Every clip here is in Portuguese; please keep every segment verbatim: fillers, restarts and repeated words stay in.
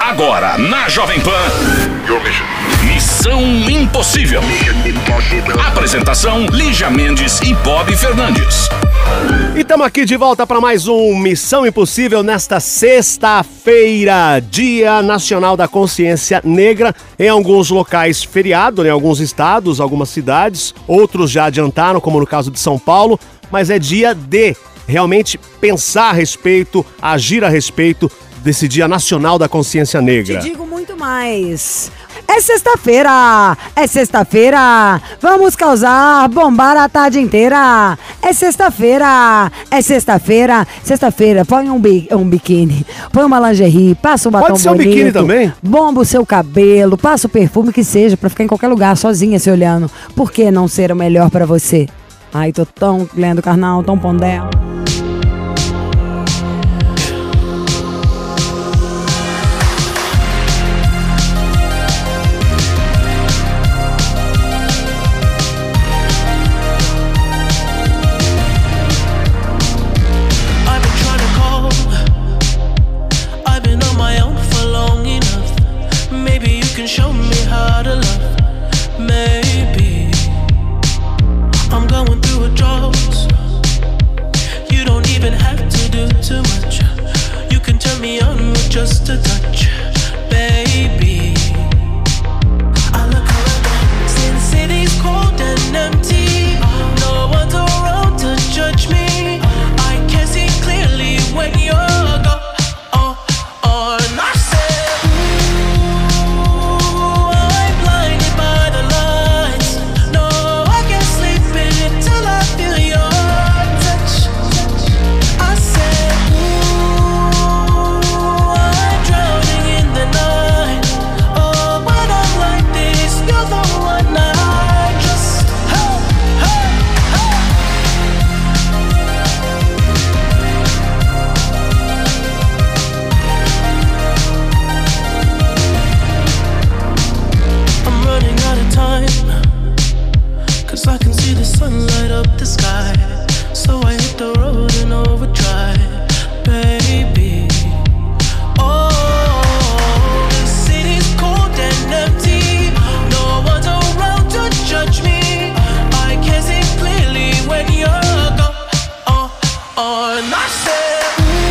Agora, na Jovem Pan, Missão Impossível. Apresentação, Lígia Mendes e Bob Fernandes. E estamos aqui de volta para mais um Missão Impossível nesta sexta-feira, Dia Nacional da Consciência Negra. Em alguns locais feriado, em alguns estados, algumas cidades, outros já adiantaram, como no caso de São Paulo, mas é dia de realmente pensar a respeito, agir a respeito desse Dia Nacional da Consciência Negra. Te digo muito mais. É sexta-feira, é sexta-feira, vamos causar, bombar a tarde inteira. É sexta-feira, é sexta-feira, sexta-feira, põe um, bi, um biquíni, põe uma lingerie, passa um batom bonito. Pode ser um biquíni também? Bomba o seu cabelo, passa o perfume que seja, pra ficar em qualquer lugar, sozinha se olhando. Por que não ser o melhor pra você? Ai, tô tão lendo carnal, tão pondendo. Just a touch, baby. I look around, since city's cold and empty. No one's around to judge me. I can see clearly when you're gone. Oh, oh, and I said, ooh, I'm blinded by the lights. No, I can't sleep until I feel your touch. I said, I can see the sun light up the sky, so I hit the road in overdrive, baby. Oh, the city's cold and empty. No one's around to judge me. I can see clearly when you're gone. Oh, oh, and I said,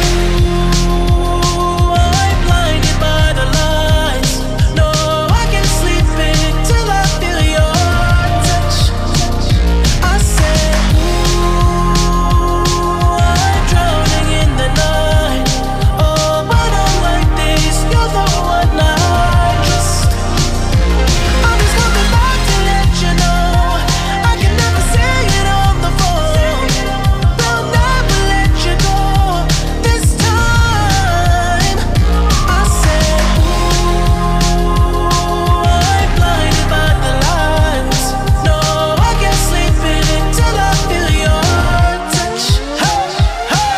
ooh, I'm blinded by the lights. No, I can't sleep until I feel your touch. I said, ooh, I'm drowning in the night. Oh, but I'm like this, you're the one I trust. I'm just coming back to let you know I can never say it on the phone. They'll never let you go this time. I said, ooh, I'm blinded by the lights. No, I can't sleep until I feel your touch. Hey, hey,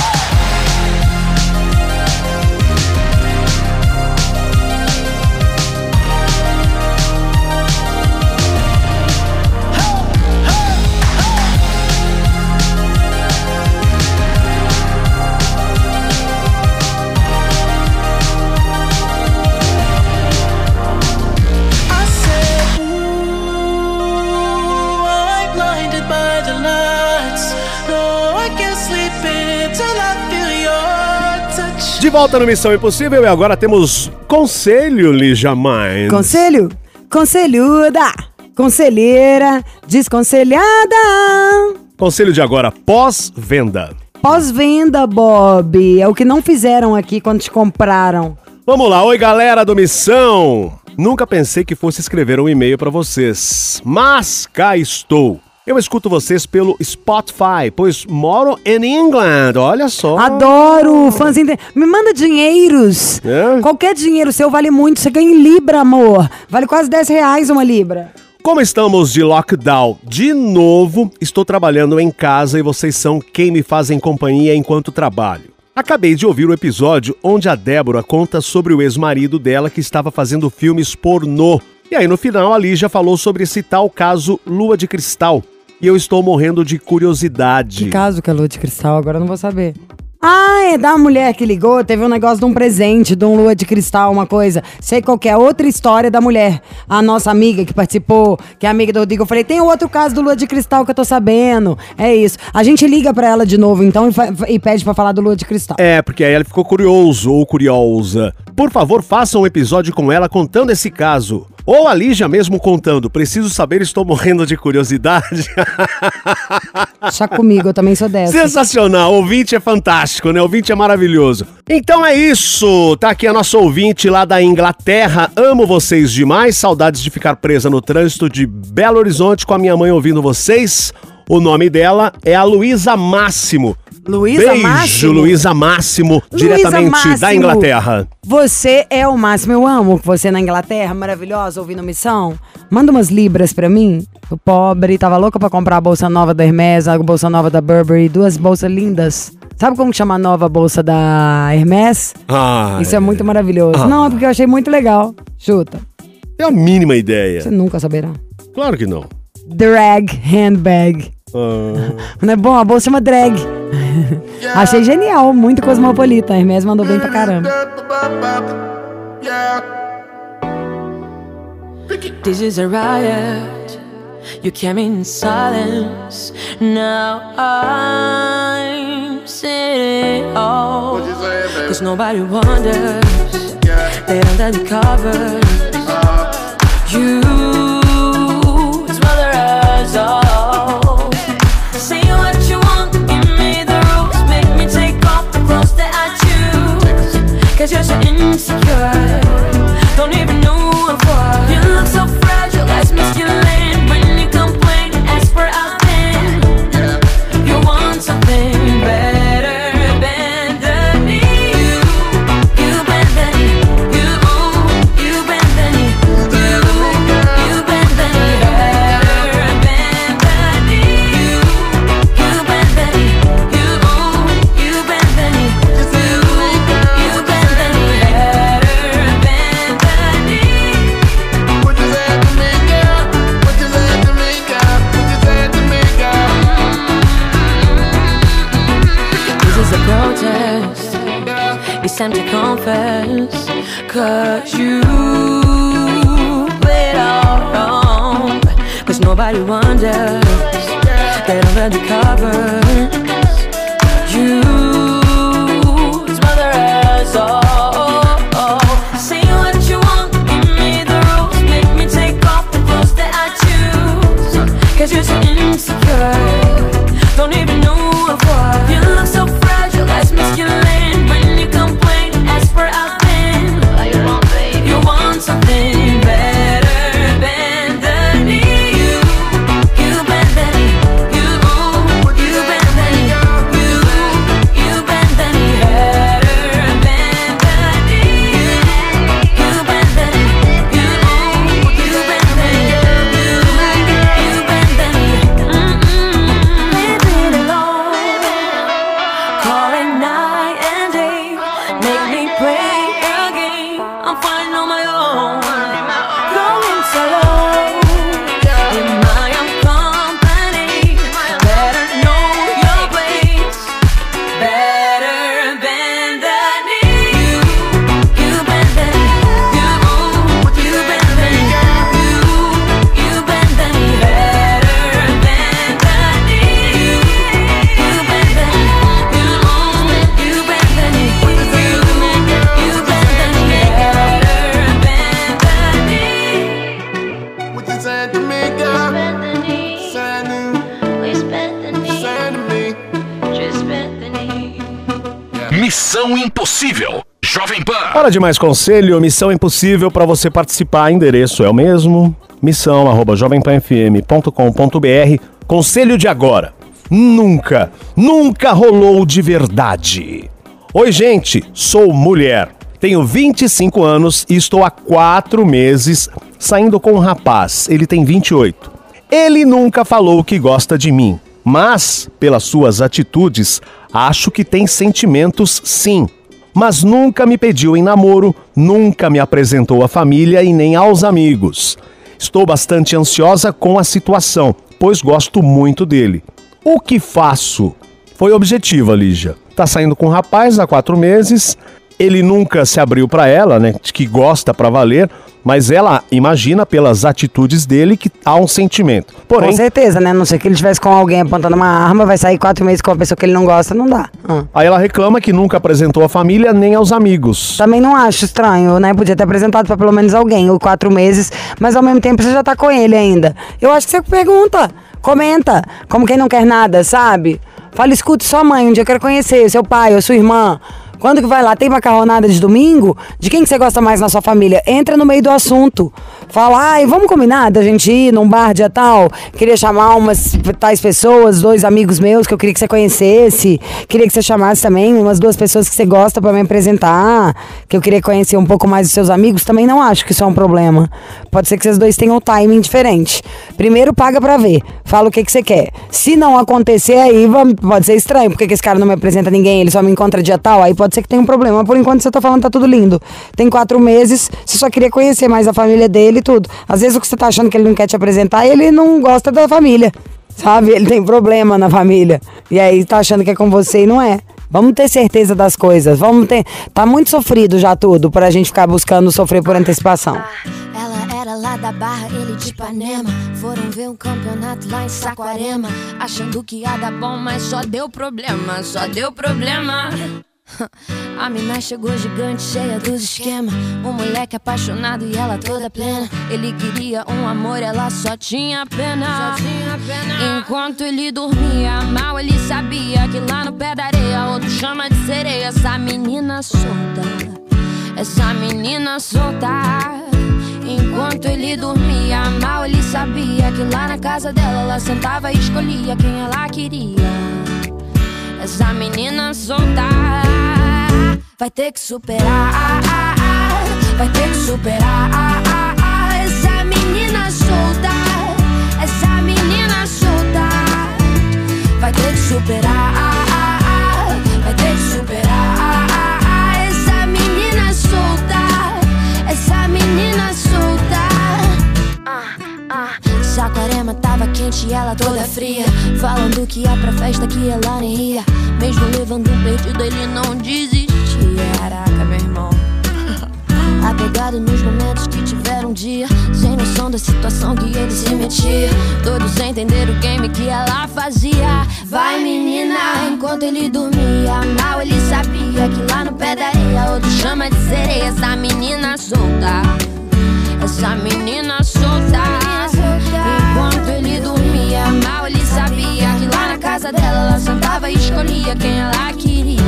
I said, ooh, I'm blinded by the lights. No, I can't sleep until I feel your touch. De volta no Missão Impossível e agora temos conselho, Lígia Mendes. Conselho? Conselhuda, conselheira, desconselhada. Conselho de agora, pós-venda. Pós-venda, Bob, é o que não fizeram aqui quando te compraram. Vamos lá, oi galera do Missão. Nunca pensei que fosse escrever um e-mail pra vocês, mas cá estou. Eu escuto vocês pelo Spotify, pois moro em England, olha só. Adoro, fãzinho. de- Me manda dinheiros. É? Qualquer dinheiro seu vale muito, você ganha em libra, amor. Vale quase dez reais uma libra. Como estamos de lockdown de novo, estou trabalhando em casa e vocês são quem me fazem companhia enquanto trabalho. Acabei de ouvir o episódio onde a Débora conta sobre o ex-marido dela que estava fazendo filmes pornô. E aí no final a Lígia falou sobre esse tal caso Lua de Cristal. E eu estou morrendo de curiosidade. Que caso que é lua de cristal, agora eu não vou saber. Ah, é da mulher que ligou, teve um negócio de um presente, de um lua de cristal, uma coisa. Sei qualquer outra história da mulher. A nossa amiga que participou, que é amiga do Rodrigo, eu falei, tem outro caso do lua de cristal que eu tô sabendo. É isso. A gente liga pra ela de novo, então, e, fa- e pede pra falar do lua de cristal. É, porque aí ela ficou curioso ou curiosa. Por favor, faça um episódio com ela contando esse caso. Ou a Lígia mesmo contando. Preciso saber, estou morrendo de curiosidade. Deixa comigo, eu também sou dessa. Sensacional, ouvinte é fantástico, né? Ouvinte é maravilhoso. Então é isso, tá aqui a nossa ouvinte lá da Inglaterra. Amo vocês demais, saudades de ficar presa no trânsito de Belo Horizonte com a minha mãe ouvindo vocês. O nome dela é a Luísa Máximo. Luísa Beijo, Máximo? Luísa Máximo, diretamente Máximo, da Inglaterra. Você é o máximo, eu amo você na Inglaterra, maravilhosa, ouvindo Missão. Manda umas libras pra mim. O pobre, tava louca pra comprar a bolsa nova da Hermès, a bolsa nova da Burberry, duas bolsas lindas. Sabe como chama a nova bolsa da Hermès? Ah, Isso é muito maravilhoso. Ah. Não, é porque eu achei muito legal. Chuta. é a mínima ideia. Você nunca saberá. Claro que não. Drag handbag. Ah, Não é bom? A bolsa chama drag. Achei genial, muito cosmopolita. A Hermès mandou bem pra caramba. This is a riot. You came in silence. Now I'm sitting all. Cause nobody wonders. They don't let the covers. You smother us all. Say what you want, give me the rules. Make me take off the clothes that I choose. Cause you're so insecure. Don't even know what for. You look so fragile, as masculine. When you complain, ask for a thing. You want something better than the me. You, you bend the knee. You, you bend the knee. You, you bend the knee. Better bend the knee. You, you bend the knee. You, you bend the knee. You, you bend the knee. Better bend the knee. What you said to me, girl? What you said to me, girl? What you said to me, girl? This is a protest. It's time to confess. Cause you played all wrong. Cause nobody wonders. They don't read the covers. You smother us all. Say what you want, give me the rules. Make me take off the clothes that I choose. Cause you're so insecure. Don't even know what for. You look so fragile, as masculine. When you complain, ask for a thing. You want something better than the knee. You, you bend the knee. You, you bend the knee. You, you bend the knee. Better bend the knee. You bend the knee. You, you bend the knee. You, you bend the knee. Mm-mm. Leave it alone. Calling night and day. Make me play a game. I'm fine on my own. Going solo in my own company. Better know your place. Better bend the knee. You, you bend the knee. You, you bend the knee. You, you bend the knee. Better bend the knee. You, you bend the knee. You, you bend the knee. You, you bend the knee. Better bend the knee. What you said to me, girl? Bend the knee, Said to, please bend the knee, said to me. just bend the knee. Missão Impossível. Jovem Pan. Hora de mais conselho, Missão Impossível para você participar. Endereço é o mesmo, missão arroba jovem pan f m ponto com ponto b r. Conselho de agora. Nunca, nunca rolou de verdade. Oi, gente, sou mulher. Tenho vinte e cinco anos e estou há quatro meses saindo com um rapaz. Ele tem vinte e oito. Ele nunca falou que gosta de mim, mas, pelas suas atitudes, acho que tem sentimentos sim. Mas nunca me pediu em namoro, nunca me apresentou à família e nem aos amigos. Estou bastante ansiosa com a situação, pois gosto muito dele. O que faço? Foi objetiva, Lígia. tá saindo com um rapaz há quatro meses, ele nunca se abriu pra ela, né, de que gosta pra valer, mas ela imagina pelas atitudes dele que há um sentimento. Porém, Com certeza, né? A não ser que ele estivesse com alguém apontando uma arma, vai sair quatro meses com uma pessoa que ele não gosta, não dá. Ah. aí ela reclama que nunca apresentou a família nem aos amigos. Também não acho estranho, né? Podia ter apresentado pra pelo menos alguém, ou quatro meses, mas ao mesmo tempo você já tá com ele ainda. Eu acho que você pergunta, comenta, como quem não quer nada, sabe? Fala, escuta sua mãe, um dia eu quero conhecer, seu pai ou sua irmã. Quando que vai lá? Tem macarronada de domingo? De quem que você gosta mais na sua família? Entra no meio do assunto. Fala, ai, vamos combinar da gente ir num bar dia tal? Queria chamar umas tais pessoas, dois amigos meus que eu queria que você conhecesse. Queria que você chamasse também umas duas pessoas que você gosta pra me apresentar. Que eu queria conhecer um pouco mais dos seus amigos. Também não acho que isso é um problema. Pode ser que vocês dois tenham um timing diferente. Primeiro paga pra ver. Fala o que que você quer. Se não acontecer aí, va- pode ser estranho. Porque que esse cara não me apresenta ninguém, ele só me encontra dia tal. Aí pode ser que tenha um problema. Por enquanto você tá falando tá tudo lindo. Tem quatro meses, você só queria conhecer mais a família dele e tudo. Às vezes o que você tá achando que ele não quer te apresentar, ele não gosta da família. Sabe? Ele tem problema na família. E aí tá achando que é com você e não é. Vamos ter certeza das coisas. Vamos ter. Tá muito sofrido já tudo pra gente ficar buscando sofrer por antecipação. Ela era lá da Barra, ele de Ipanema. Foram ver um campeonato lá em Saquarema, achando que ia dar bom, mas só deu problema, só deu problema. A mina chegou gigante, cheia dos esquemas. Um moleque apaixonado e ela toda plena. Ele queria um amor, ela só tinha pena. Só tinha pena. Enquanto ele dormia mal, ele sabia que lá no pé da areia outro chama de sereia. Essa menina solta, essa menina solta. Enquanto ele dormia mal, ele sabia que lá na casa dela ela sentava e escolhia quem ela queria. Essa menina solta vai ter que superar, vai ter que superar. Essa menina solta, essa menina solta vai ter que superar, vai ter que superar. Essa menina solta, essa menina solta. Ah, ah. Saquarema tava quente e ela toda fria, falando que ia pra festa que ela nem ia. Mesmo levando um perdido, ele não desistia. Caraca, meu irmão. Apegado nos momentos que tiveram um dia, sem noção da situação que ele se metia. Todos entenderam o game que ela fazia. Vai, menina. Enquanto ele dormia mal, ele sabia que lá no pé da areia outro chama de sereia. Essa menina solta, essa menina solta. Enquanto ele dormia mal, ele sabia que lá na casa dela ela sentava e escolhia quem ela queria.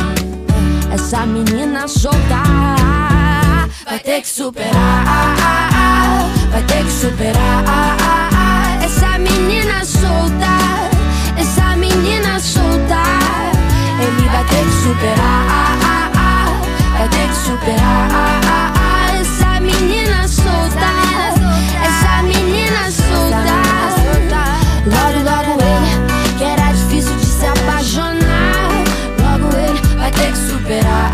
Essa menina solta vai ter que superar, vai ter que superar. Essa menina solta, essa menina solta. Ele vai ter que superar, vai ter que superar. Essa menina solta, essa menina solta. Logo, logo ele, que era difícil de se apaixonar. Logo ele vai ter que superar,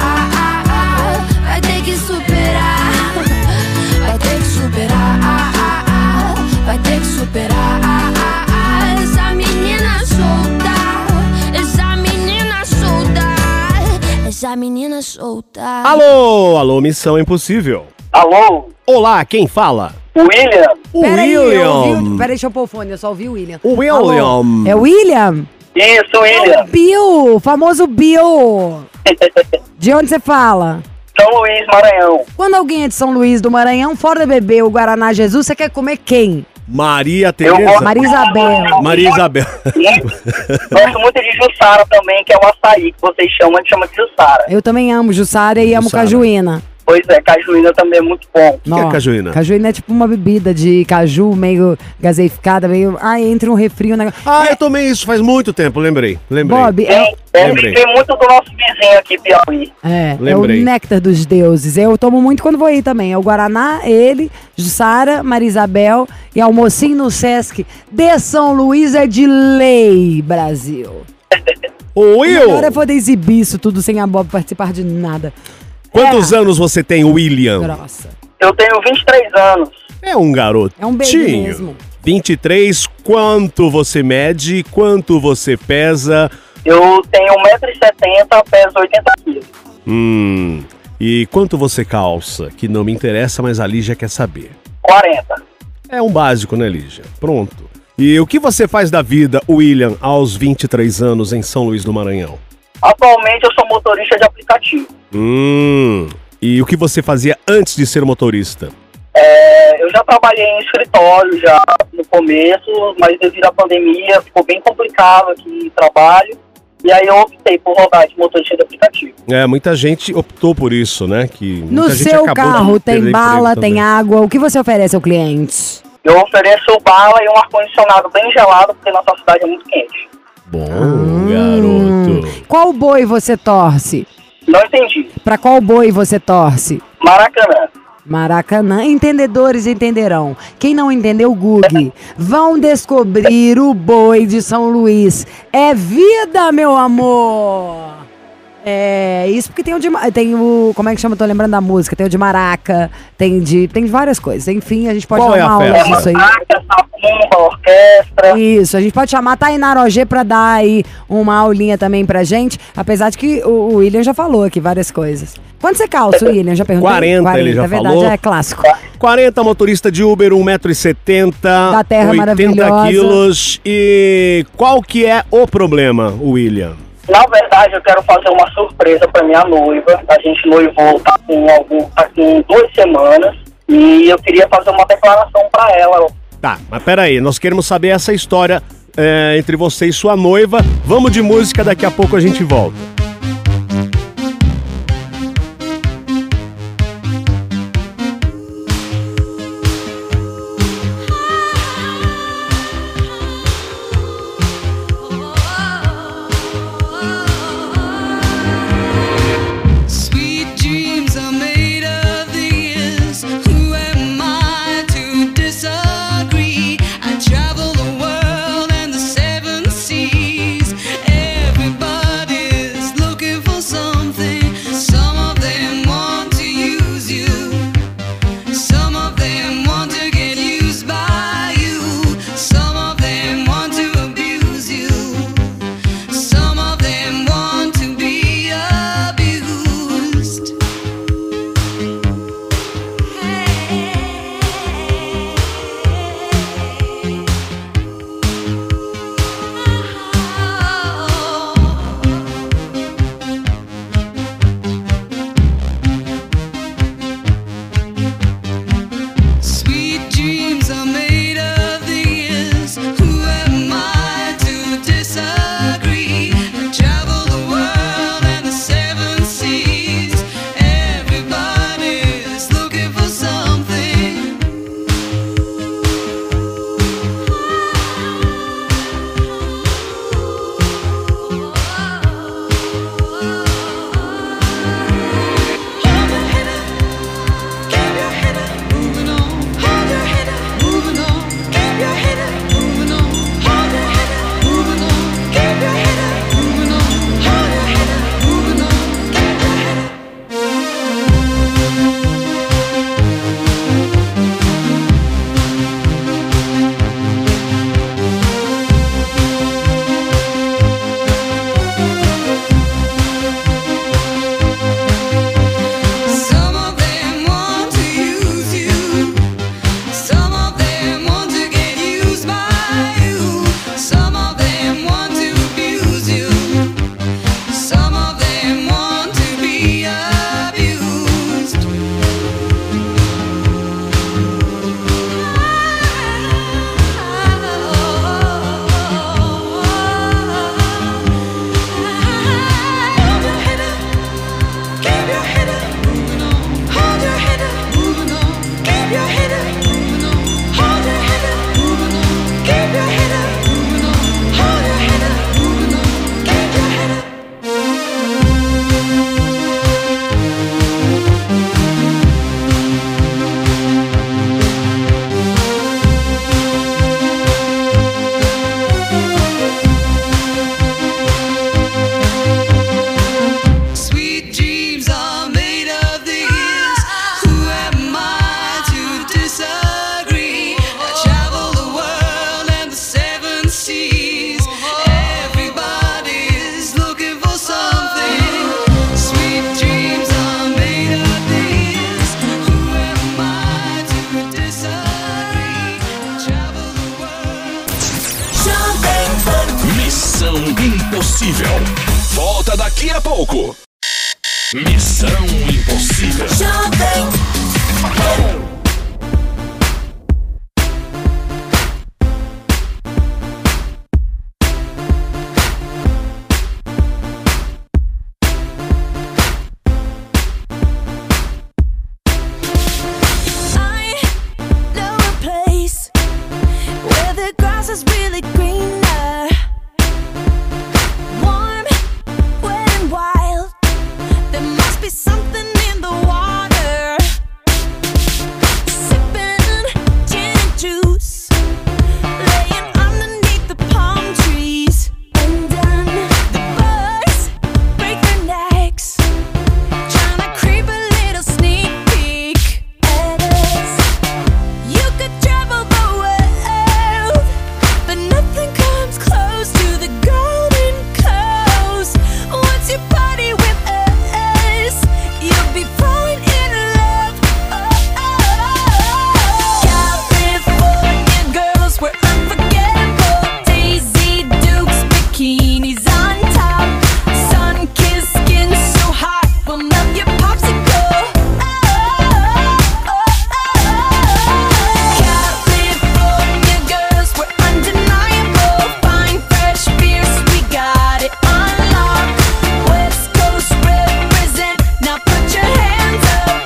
vai ter que superar, vai ter que superar, vai ter que superar. Essa menina solta, essa menina solta, essa menina solta. Alô, alô, Missão Impossível. Alô, Olá, quem fala? William? O Peraí, eu ouvi William. o- Peraí, deixa eu pôr o fone, eu só ouvi o William. O William. Alô, é o William? Isso, É o William. Bill, famoso Bill. De onde você fala? São Luís, Maranhão. Quando alguém é de São Luís do Maranhão, fora beber o Guaraná Jesus, você quer comer quem? Maria Eu Tereza. gosto- Maria Isabel. Maria Isabel. Gosto muito de Jussara também, que é o açaí que vocês chamam, a gente chama de Jussara. Eu também amo Jussara e amo Jussara. Cajuína. Pois é, cajuína também é muito bom. que é cajuína? Cajuína é tipo uma bebida de caju meio gaseificada, meio... Ai, entre um refri e um negócio. Ah, eu tomei isso faz muito tempo, lembrei. Lembrei. Bob, é, Tem, é, Lembrei. tem muito do nosso vizinho aqui, Piauí. é, é o Lembrei. néctar dos deuses. Eu tomo muito quando vou aí também. É o Guaraná, ele, Jussara, Maria Isabel e almocinho no Sesc de São Luís é de lei, Brasil. Ô, Will, Agora é poder exibir isso tudo sem a Bob participar de nada. quantos é. anos você tem, William? Grossa. Eu tenho vinte e três anos. É um garotinho. É um baby mesmo. vinte e três, quanto você mede, quanto você pesa, Eu tenho um metro e setenta, peso oitenta quilos. Hum. E quanto você calça? Que não me interessa, mas a Lígia quer saber. quarenta. É um básico, né, Lígia? Pronto. E o que você faz da vida, William, aos vinte e três anos em São Luís do Maranhão? Atualmente eu sou motorista de aplicativo. Hum. E o que você fazia antes de ser motorista? É, eu já trabalhei em escritório já no começo, mas devido à pandemia ficou bem complicado aqui o trabalho. E aí eu optei por rodar de motorista de aplicativo. É, muita gente optou por isso, né? Que No muita gente seu acabou de carro tem perder bala, emprego tem também. água. O que você oferece ao cliente? Eu ofereço bala e um ar-condicionado bem gelado, porque nossa cidade é muito quente. Bom, Hum. garoto. Qual boi você torce? Não entendi. Pra qual boi você torce? Maracanã. Maracanã. Entendedores entenderão. Quem não entendeu, Google. Vão descobrir o boi de São Luís. É vida, meu amor! É isso porque tem o de... ma- Tem o... Como é que chama? Tô lembrando da música. Tem o de maraca. Tem de... Tem várias coisas. Enfim, a gente pode Qual dar é a uma aula festa? disso aí. Maraca, sabumba, orquestra. Isso, a gente pode chamar a Tainara G pra dar aí uma aulinha também pra gente, apesar de que o, o William já falou aqui várias coisas. Quanto você calça, William? Já perguntei? quarenta, ele já é verdade, falou. é clássico. quarenta, motorista de Uber, um metro e setenta. Da terra oitenta maravilhosa. quilos. E qual que é o problema, William? Na verdade, eu quero fazer uma surpresa pra minha noiva. A gente noivou tá com, algum, tá com duas semanas. E eu queria fazer uma declaração pra ela. Tá, mas peraí, nós queremos saber essa história é, entre você e sua noiva. Vamos de música, daqui a pouco a gente volta. Sweet dreams are made of these. Who am I to disagree? I travel the world and the seven seas. Everybody's Daqui a pouco. Missão Impossível. I know a place where the grass is really greener, warm, wet and wild. There must be something in the water. Sipping gin and juice, laying underneath the palm trees. And then the birds break their necks, trying to creep a little sneak peek at us. You could travel the world, but nothing comes close to the Golden Coast. Once you party with us, you'll be falling in love. Oh, oh. California girls were unforgettable. Daisy Dukes, bikinis on top, sun-kissed skin so hot will melt your popsicle. Oh, oh, oh. California girls were undeniable. Fine, fresh, fierce, we got it on lock. West Coast represent, now put your hands up.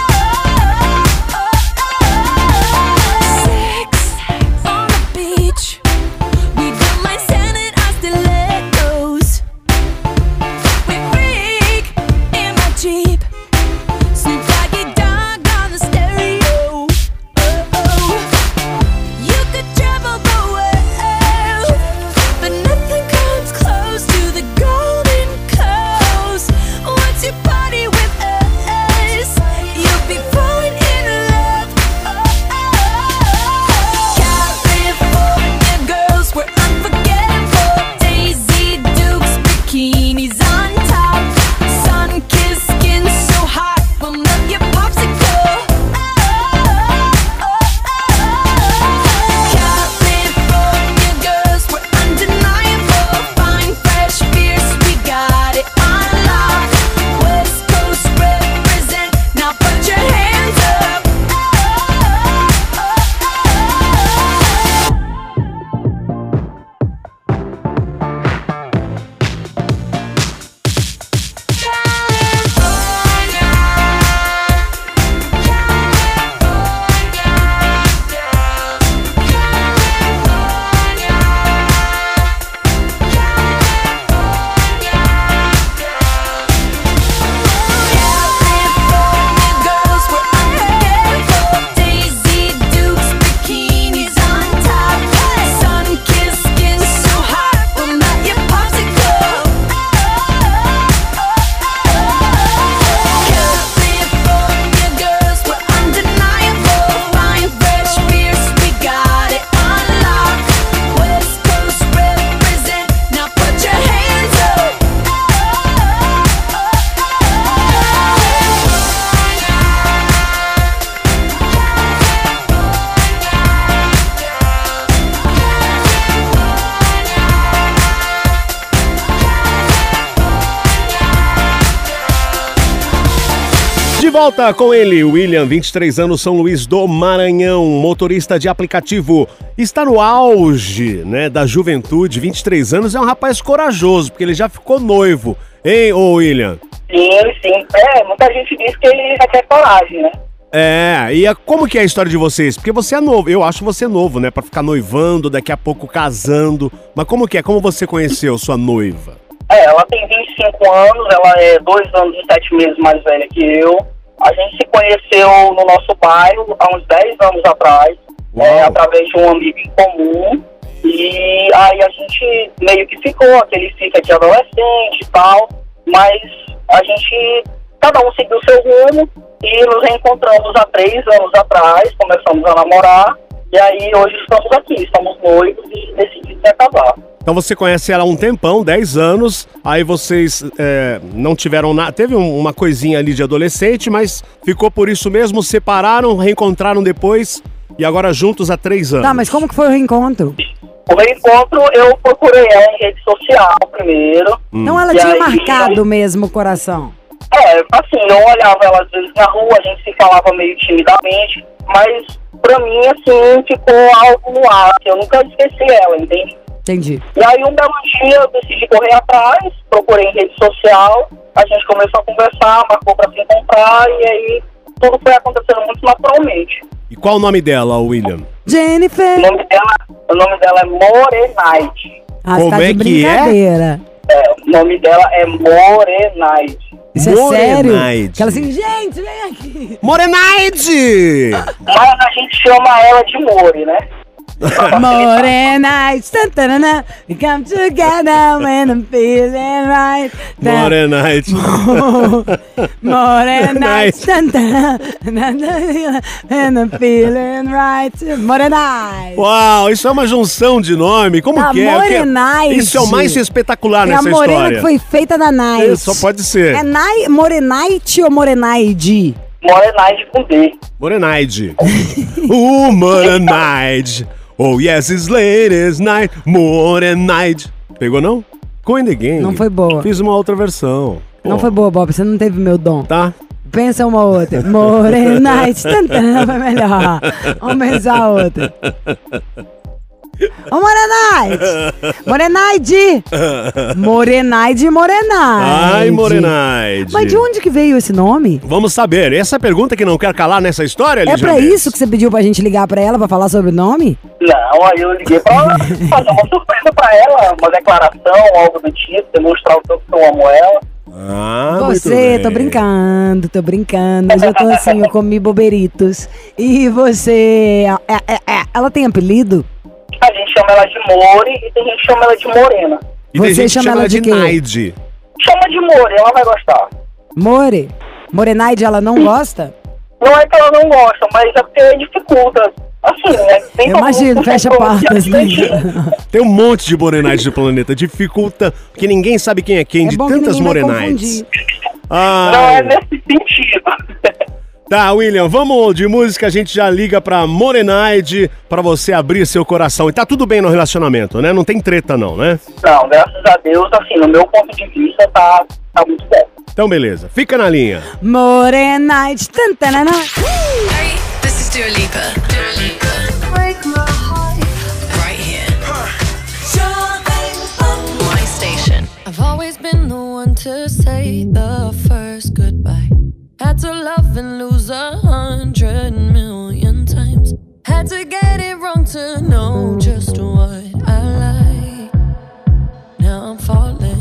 Oh, oh, oh. Sex on the beach, we don't mind sending our stilettos. We freak in my Jeep, Snoop Doggy Dogg on the stereo. Oh, oh. You could travel the world, but nothing comes close to the Golden Coast. Once you party with us, you'll be falling in love. Oh, oh. California girls were unforgettable. Daisy Dukes, bikinis on top, sun-kissed skin so hot will melt your popsicle. Oh, oh, oh. California girls were undeniable. Fine, fresh, fierce, we got it on lock. West Coast represent, now put your hands up. California girls were unforgettable. Daisy Dukes, bikinis on top, sun-kissed skin so hot will melt your popsicle. California girls were undeniable. Fine, fresh, fierce, we got it on lock. West Coast represent, now put your hands up. De volta com ele, William, vinte e três anos, São Luís do Maranhão, motorista de aplicativo. Está no auge, né, da juventude, vinte e três anos, é um rapaz corajoso, porque ele já ficou noivo. Hein, ô William? Sim, sim. É, muita gente diz que ele requer coragem, né? É, e a, como que é a história de vocês? Porque você é novo, eu acho você novo, né, pra ficar noivando, daqui a pouco casando. Mas como que é? Como você conheceu sua noiva? É, ela tem vinte e cinco anos, ela é dois anos e sete meses mais velha que eu. A gente se conheceu no nosso bairro há uns dez anos atrás, é, através de um amigo em comum. E aí a gente meio que ficou, aquele fica de adolescente e tal, mas a gente, cada um seguiu seu rumo e nos reencontramos há três anos atrás, começamos a namorar, e aí hoje estamos aqui, estamos noivos e decidimos se casar. Então você conhece ela há um tempão, dez anos, aí vocês é, não tiveram nada, teve um, uma coisinha ali de adolescente, mas ficou por isso mesmo, separaram, reencontraram depois e agora juntos há três anos. Tá, mas como que foi o reencontro? O reencontro, eu procurei ela em rede social primeiro. Então ela E tinha aí- marcado mesmo o coração. É, assim, eu olhava ela às vezes na rua, a gente se falava meio timidamente, mas pra mim, assim, ficou algo no ar, que eu nunca esqueci ela, entende? Entendi. E aí um belo dia eu decidi correr atrás, procurei em rede social, a gente começou a conversar, marcou pra se encontrar, e aí tudo foi acontecendo muito naturalmente. E qual o nome dela, William? O Jennifer. nome dela, o nome dela é Morenaide. Ah, você Como tá é de que é? brincadeira. É, o nome dela é Morenaide. Isso é sério? Morenaide. Que ela assim, gente, vem aqui. Morenaide! Mas a gente chama ela de More, né? Morena, tantanana, we come together when I'm feeling right. Morenaide. Morena, tantanana, when I'm feeling right. Morena. Uau, isso é uma junção de nome. Como A que é? Morenaide. Isso é o mais espetacular É a nessa morena história. que foi feita da Night. É, só pode ser. É Nai, Morenaite ou Morenaide? Morenaide com D. Morenaide. uh, Morenaide. Oh, yes, it's latest night. Morenaide. Pegou, não? Coin the Gang. Não foi boa. Fiz uma outra versão. Não Pô, foi boa, Bob. Você não teve meu dom. Tá? Pensa uma outra. Morenaite. Tantana, vai melhor. Vamos pensar a outra. Ô, Morenaide! Morenaide! Morenaide, Morenaide. Ai, Morenaide. Mas de onde que veio esse nome? Vamos saber. Essa pergunta que não quer calar nessa história, É Lígia pra Mendes? isso que você pediu pra gente ligar pra ela pra falar sobre o nome? Não, aí eu liguei pra fazer uma surpresa pra ela, uma declaração, algo do tipo, demonstrar o tanto que eu amo ela. Ah, muito Você, bem. tô brincando, tô brincando. Hoje eu tô assim, eu comi boberitos. E você. é- é- é- ela tem apelido? A gente chama ela de More e tem gente que chama ela de Morena. E tem Você gente que chama chama ela ela de de quê? Naide. Chama de More, ela vai gostar. More? Morenaide, ela não gosta? Não é que ela não gosta, mas é porque dificulta. Assim, né? Tem Eu imagino, fecha portas, né? Tem um monte de Morenaide no planeta. Dificulta, porque ninguém sabe quem é quem, É de bom que tantas ninguém vai Morenaides. confundir. Ah, Não é nesse sentido. Tá, William, vamos de música, a gente já liga pra Morenaide pra você abrir seu coração. E tá tudo bem no relacionamento, né? Não tem treta não, né? Não, graças a Deus, assim, no meu ponto de vista, tá, tá muito bom. Então beleza, fica na linha. Morenaide. Tantanana. Hey, this is Dua Lipa. Dua Lipa. Right here. My station. I've always been the one to say the first goodbye. Had to love and lose a hundred million times. Had to get it wrong to know just what I like. Now I'm falling.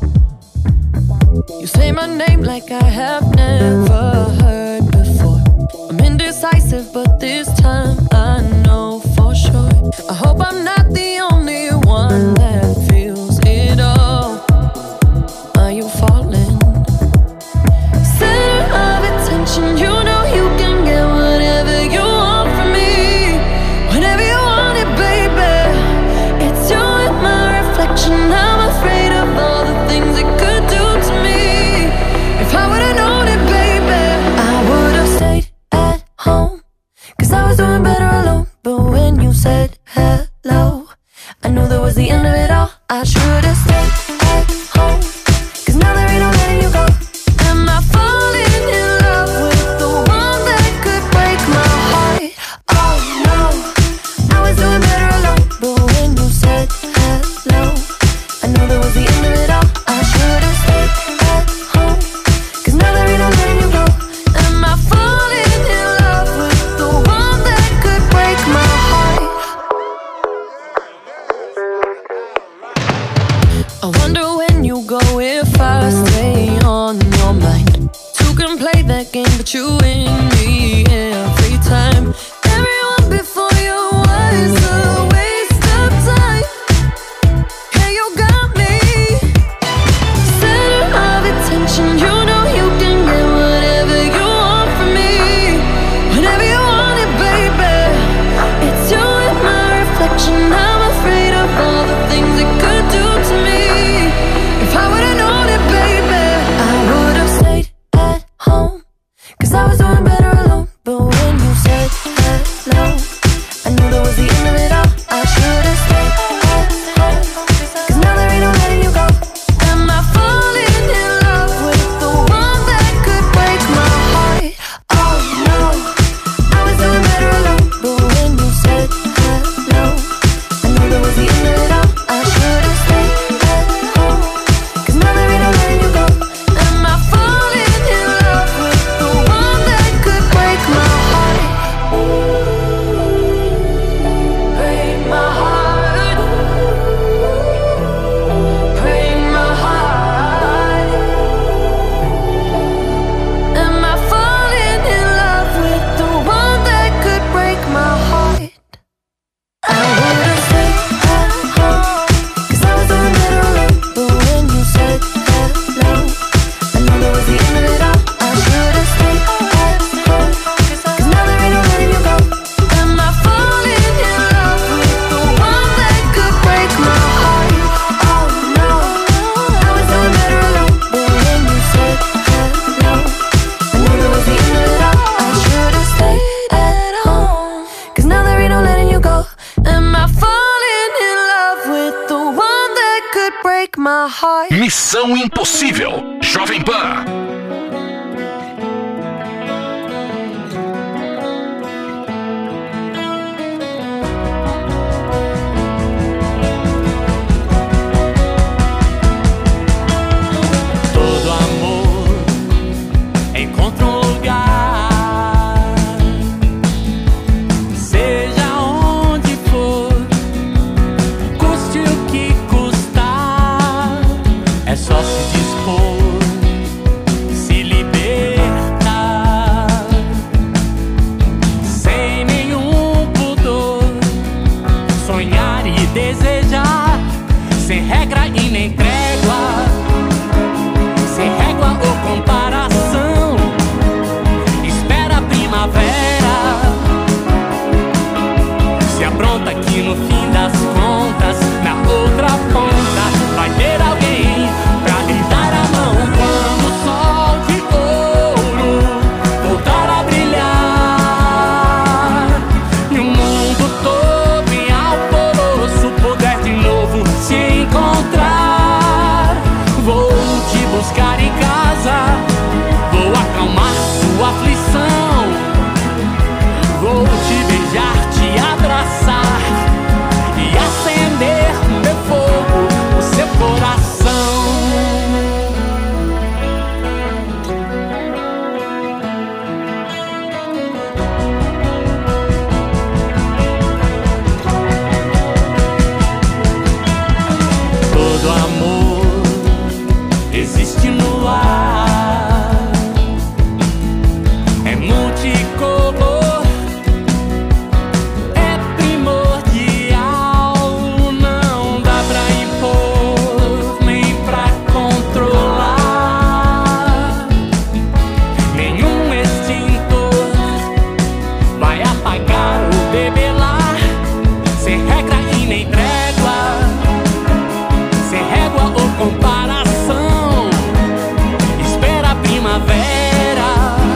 You say my name like I have never heard before. I'm indecisive, but this time I know for sure. I hope I'm not the only one that feels it all. Are you falling? Center of attention, you know you can get whatever you want from me. Whenever you want it, baby. It's you and my reflection. I'm afraid of all the things it could do to me. If I would've known it, baby, I would've stayed at home. Cause I was doing better alone. But when you said hello, I knew that was the end of it all. I should've stayed at home. Cause now there ain't no letting you go. Am I falling in love with the one that could break my heart? Oh no, I was doing better alone. But when you said hello, I knew that was the end of it all. I should've stayed at home. Cause now there ain't no letting you go. Am I falling in love with the one that could break my heart? I wonder when you go if I stay on your mind. Two can play that game, but you win me every time. Everyone before you was a waste of time. Yeah, you got me. Center of attention, you know you can get whatever you want from me. Whenever you want it, baby. It's you and my reflection. I'm afraid of all the things it could do to me. If I would've known it, baby, I would've stayed at home. Cause I was doing better alone. But when you said hello, I knew that was the end of it all. I should've stayed Missão Impossível. Jovem Pan. Todo amor encontra um lugar, seja onde for, custe o que custar. É só se dispor, se libertar, sem nenhum pudor, sonhar e desejar, sem regra e nem trégua, sem régua ou comparação. Espera a primavera, se apronta que no fim das contas, na outra ponta, vai ter alguém pra lhe dar a mão. Quando o sol de ouro voltar a brilhar e o mundo todo em alvoroço puder de novo se encontrar, vou te buscar em casa, vou acalmar sua aflição, vou te beijar, te abraçar e acender no meu fogo o seu coração. Todo amor existe no ar, é multicolor, é primordial, não dá pra impor nem pra controlar. Nenhum extintor vai apagar ou debelar, sem regra e nem trégua, sem régua ou comparação. Espera a primavera,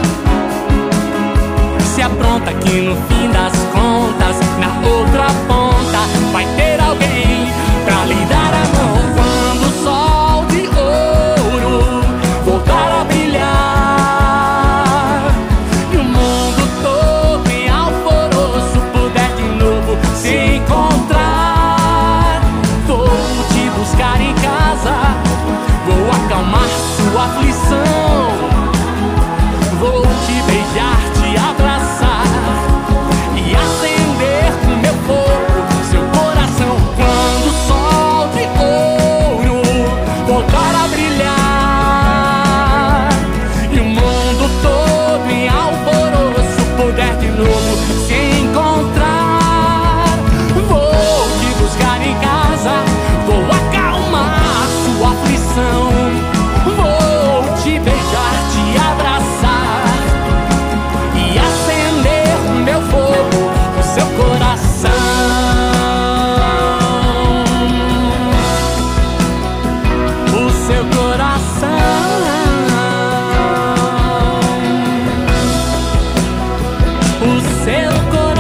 se apronta que no fim das contas, na outra ponta, vai ter alguém pra lhe dar a mão. Quando o sol de ouro voltar a brilhar e o mundo todo em alvoroço puder de novo se encontrar, vou te buscar em casa, vou acalmar sua aflição, vou te beijar, te abraçar e acender no meu fogo seu coração. Quando o sol de ouro voltar a brilhar e o mundo todo em alvoroço puder de novo se encontrar, vou te buscar em casa, vou acalmar sua aflição, vou te beijar, te abraçar e acender no meu fogo o seu coração. O seu coração. O seu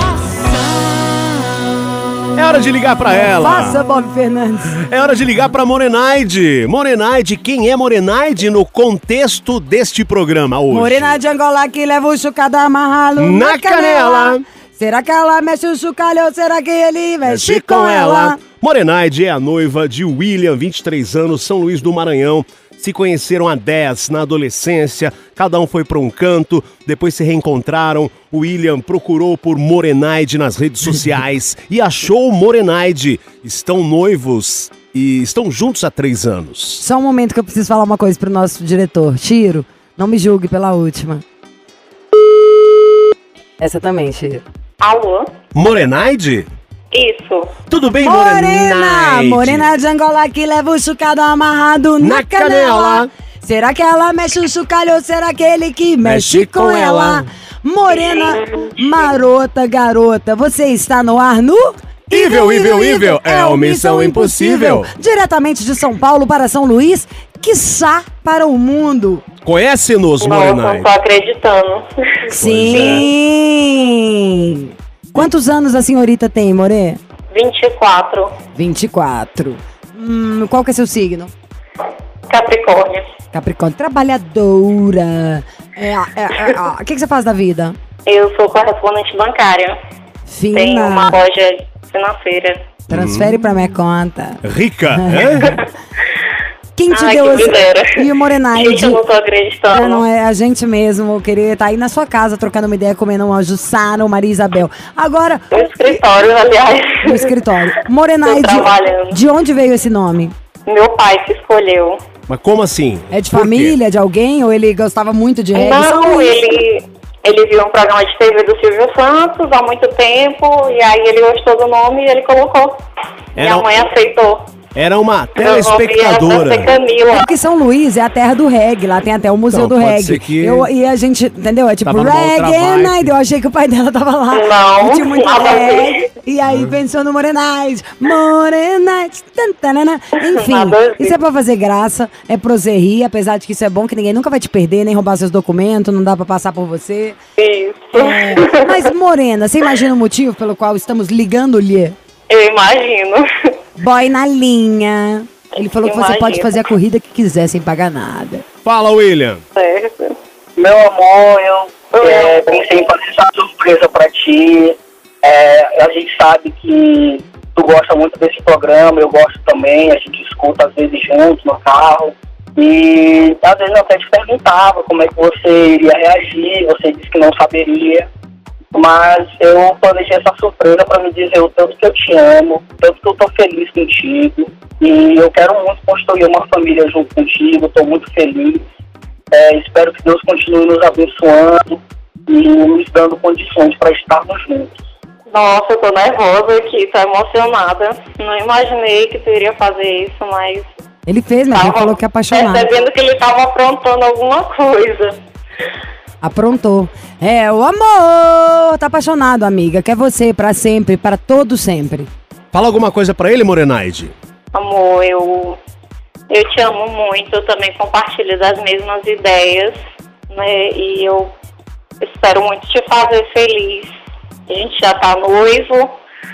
coração. É hora de ligar pra ela. Faça, Bob Fernandes. É hora de ligar pra Morenaide. Morenaide, quem é Morenaide no contexto deste programa hoje? Morena de Angola que leva o chucada amarrado Na na, canela. canela. Será que ela mexe o chucalho ou será que ele mexe com ela? Morenaide é a noiva de William, vinte e três anos, São Luís do Maranhão. Se conheceram há dez na adolescência, cada um foi para um canto, depois se reencontraram. O William procurou por Morenaide nas redes sociais e achou Morenaide. Estão noivos e estão juntos há três anos. Só um momento que eu preciso falar uma coisa pro nosso diretor. Chiro, não me julgue pela última. Essa também, Chiro. Alô? Morenaide? Isso. Tudo bem, Morena! Morenaide? Morena de Angola que leva o chucado amarrado na, Na canela. canela. Será que ela mexe o chucalho ou será aquele que mexe, Mexe com, com ela? ela. Morena, marota, garota, você está no ar no... Ível, ível, ível, é o Missão Impossível. Diretamente de São Paulo para São Luís, quiçá para o mundo. Conhece-nos, Nossa, não Morenaide? tô acreditando. Sim. Quantos anos a senhorita tem, More? vinte e quatro. vinte e quatro. Hum, qual que é seu signo? Capricórnio. Capricórnio, trabalhadora. É, é, é, é. O que, que você faz da vida? Eu sou correspondente bancária. Fina. Tenho uma loja financeira. Transfere pra minha conta. Rica, é? Quem te Ai, deu que esse... miséria. E o Morenaide? Gente, eu não tô acreditando. É, não é a gente mesmo querer estar aí na sua casa trocando uma ideia, comendo um anjo Sara, Maria Isabel. Agora... No escritório, aliás. No escritório. Morenaide, Tô trabalhando. de onde veio esse nome? Meu pai que escolheu. Mas como assim? É de Por quê? família, de alguém? Ou ele gostava muito de reggae? São Não, Luís. ele, ele viu um programa de T V do Silvio Santos há muito tempo, e aí ele gostou do nome e ele colocou. Era Minha um- mãe aceitou. Era uma Meu nome telespectadora. era Camila. É porque São Luís é a terra do reggae, lá tem até o Museu Então, do pode reggae. ser que Eu, e a gente, entendeu? É tipo tava numa outra reggae vibe. night. Eu achei que o pai dela tava lá. Não, E tinha muito nada a ver. reggae. E aí pensou no Morenite. Morenite. tan, tanana. Enfim, Nada a ver. isso é pra fazer graça, é pra você rir, apesar de que isso é bom, que ninguém nunca vai te perder, nem roubar seus documentos, não dá pra passar por você. Isso. É, mas, Morena, você imagina o motivo pelo qual estamos ligando-lhe? Eu imagino. Boy na linha. Ele falou que você Imagino. pode fazer a corrida que quiser sem pagar nada. Fala, William. Certo. Meu amor, eu é, pensei em fazer essa surpresa pra ti. É, a gente sabe que tu gosta muito desse programa, eu gosto também, a gente escuta às vezes juntos no carro. E às vezes eu até te perguntava como é que você iria reagir, você disse que não saberia. Mas eu planejei essa surpresa pra me dizer o tanto que eu te amo, o tanto que eu tô feliz contigo. E eu quero muito construir uma família junto contigo, tô muito feliz. É, espero que Deus continue nos abençoando e nos dando condições para estarmos juntos. Nossa, eu tô nervosa aqui, tô emocionada. Não imaginei que tu iria fazer isso, mas Ele fez, mas ele tava falou que é apaixonado. percebendo que ele tava aprontando alguma coisa. Aprontou. É, o amor! Tá apaixonado, amiga. Quer você pra sempre, para todo sempre. Fala alguma coisa pra ele, Morenaide. Amor, eu, eu te amo muito, eu também compartilho das mesmas ideias, né? E eu espero muito te fazer feliz. A gente já tá noivo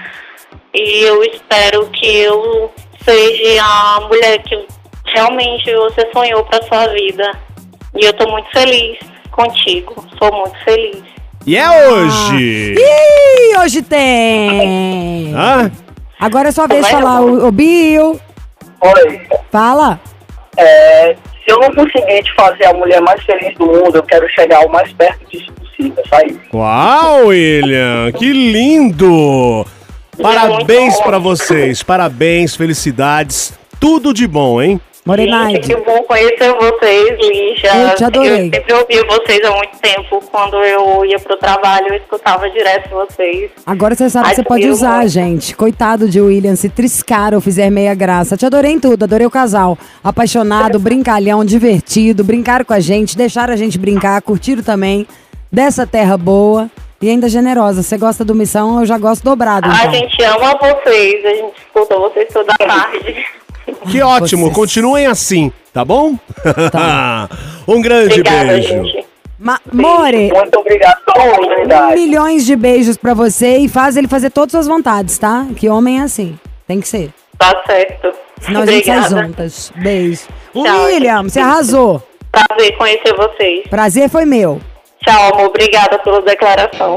e eu espero que eu seja a mulher que realmente você sonhou pra sua vida. E eu tô muito feliz contigo, sou muito feliz. E é hoje! Ih, hoje tem! Hã? Agora é sua vez de Vai, falar, amor. o, o Bill. Oi, Fala. é, se eu não conseguir te fazer a mulher mais feliz do mundo, eu quero chegar o mais perto disso possível, sabe? Uau, William! Que lindo! Parabéns pra vocês, parabéns, felicidades, tudo de bom, hein? Morenaide. Que bom conhecer vocês, Lígia. Eu te adorei. Eu sempre ouvi vocês há muito tempo. Quando eu ia pro trabalho, eu escutava direto vocês. Agora você sabe Ai, que você pode eu usar, amo. gente. Coitado de William, se triscar ou fizer meia graça. Te adorei em tudo, adorei o casal. Apaixonado, brincalhão, divertido, brincaram com a gente, deixaram a gente brincar, curtiram também dessa terra boa e ainda generosa. Você gosta do Missão, eu já gosto dobrado. A Então. gente ama vocês, a gente escuta vocês toda tarde. Que ótimo, Vocês. continuem assim, tá bom? Tá. Um grande Obrigada, beijo. gente. Ma More, Muito obrigado pela oportunidade. milhões de beijos pra você e faz ele fazer todas as suas vontades, tá? Que homem é assim, tem que ser. Tá certo. Senão a gente sai Obrigada. juntas. Beijo. Tchau, William, você arrasou. Prazer conhecer vocês. Prazer foi meu. Tchau, amor. Obrigada pela declaração.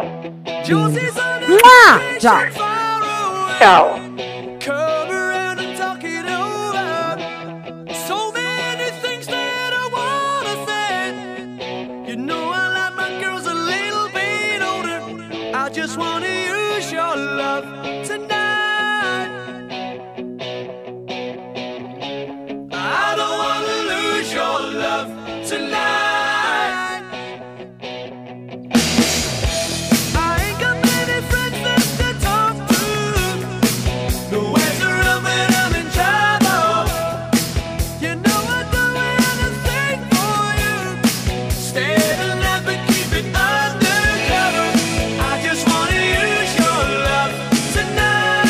Mua! Tchau. Tchau. Come around and talk it over. So many things that I wanna say. You know I like my girls a little bit older. I just wanna use your love tonight. I don't wanna lose your love tonight. I ain't got many friends left to talk to. Nowhere to run when I'm in trouble. You know I'd do anything for you. Stay the night but keep it undercover. I just wanna use your love tonight.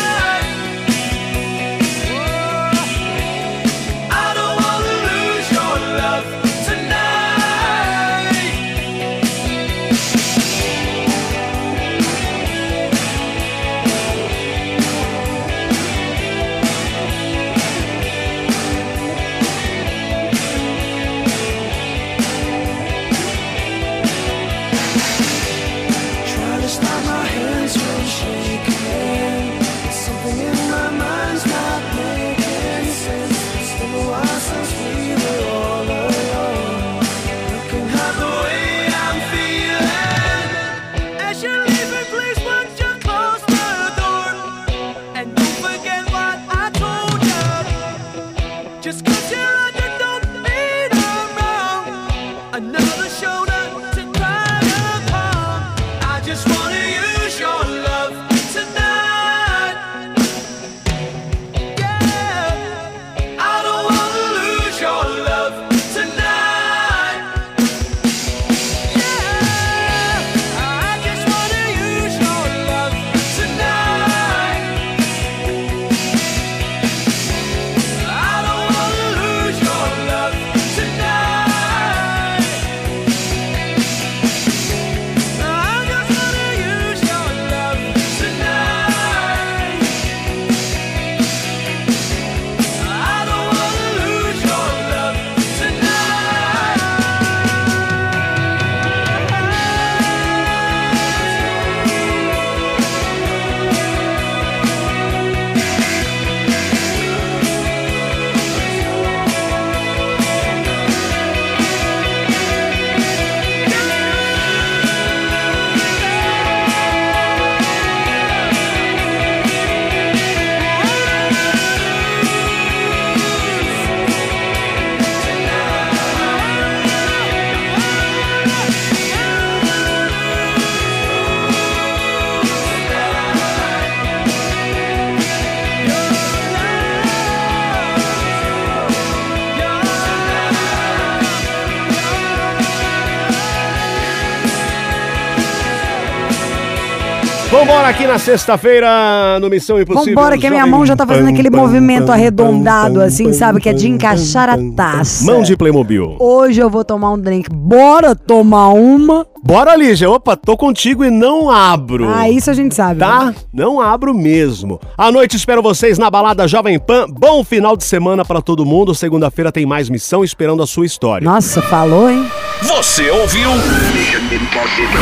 Vambora aqui na sexta-feira no Missão Impossível. Vambora, que a minha Jovem mão já tá fazendo Pan, aquele pan, movimento pan, arredondado, pan, assim, pan, sabe? Que é de pan, encaixar a pan, taça. Mão de Playmobil. Hoje eu vou tomar um drink. Bora tomar uma? Bora, Lígia. Opa, tô contigo e não abro. Ah, isso a gente sabe. Tá? Né? Não abro mesmo. À noite espero vocês na balada Jovem Pan. Bom final de semana pra todo mundo. Segunda-feira tem mais Missão esperando a sua história. Nossa, falou, hein? Você ouviu?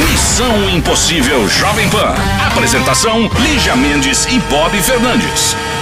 Missão Impossível Jovem Pan. Apresentação: Lígia Mendes e Bob Fernandes.